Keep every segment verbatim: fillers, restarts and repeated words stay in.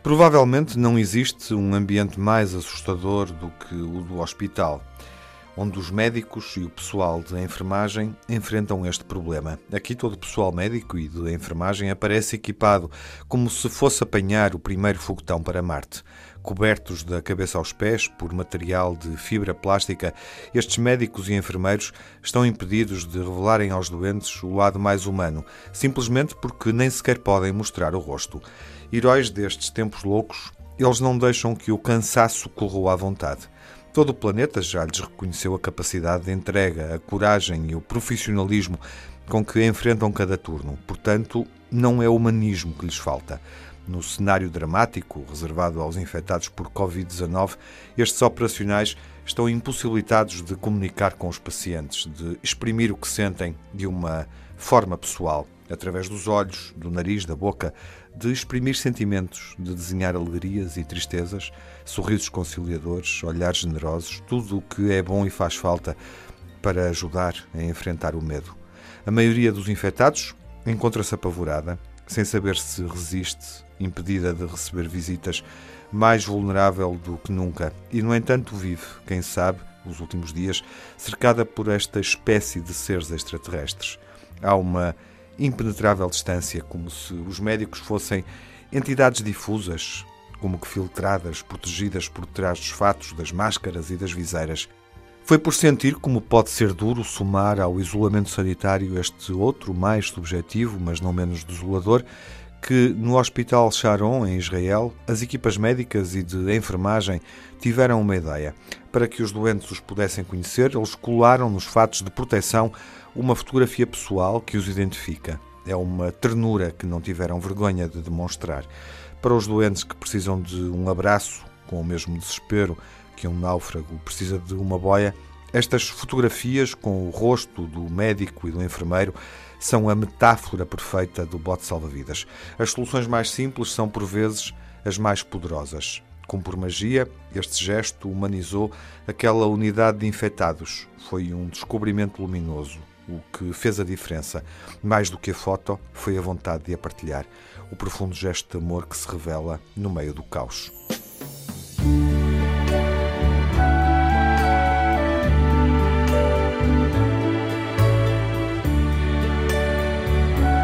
Provavelmente não existe um ambiente mais assustador do que o do hospital, onde os médicos e o pessoal de enfermagem enfrentam este problema. Aqui todo o pessoal médico e de enfermagem aparece equipado como se fosse apanhar o primeiro foguetão para Marte. Cobertos da cabeça aos pés por material de fibra plástica, estes médicos e enfermeiros estão impedidos de revelarem aos doentes o lado mais humano, simplesmente porque nem sequer podem mostrar o rosto. Heróis destes tempos loucos, eles não deixam que o cansaço corroa à vontade. Todo o planeta já lhes reconheceu a capacidade de entrega, a coragem e o profissionalismo com que enfrentam cada turno. Portanto, não é humanismo que lhes falta. No cenário dramático, reservado aos infectados por covid dezanove, estes operacionais estão impossibilitados de comunicar com os pacientes, de exprimir o que sentem de uma forma pessoal, através dos olhos, do nariz, da boca, de exprimir sentimentos, de desenhar alegrias e tristezas, sorrisos conciliadores, olhares generosos, tudo o que é bom e faz falta para ajudar a enfrentar o medo. A maioria dos infectados encontra-se apavorada, sem saber se resiste, impedida de receber visitas, mais vulnerável do que nunca. E, no entanto, vive, quem sabe, os últimos dias, cercada por esta espécie de seres extraterrestres. Há uma impenetrável distância, como se os médicos fossem entidades difusas, como que filtradas, protegidas por trás dos fatos, das máscaras e das viseiras. Foi por sentir como pode ser duro somar ao isolamento sanitário este outro, mais subjetivo, mas não menos desolador, que no Hospital Sharon, em Israel, as equipas médicas e de enfermagem tiveram uma ideia. Para que os doentes os pudessem conhecer, eles colaram nos fatos de proteção uma fotografia pessoal que os identifica. É uma ternura que não tiveram vergonha de demonstrar. Para os doentes que precisam de um abraço, com o mesmo desespero que um náufrago precisa de uma boia, estas fotografias com o rosto do médico e do enfermeiro são a metáfora perfeita do bote salva-vidas. As soluções mais simples são, por vezes, as mais poderosas. Como por magia, este gesto humanizou aquela unidade de infectados. Foi um descobrimento luminoso. O que fez a diferença, mais do que a foto, foi a vontade de a partilhar. O profundo gesto de amor que se revela no meio do caos.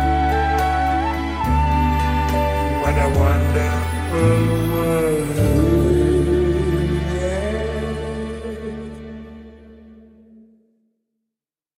What a wonderful world.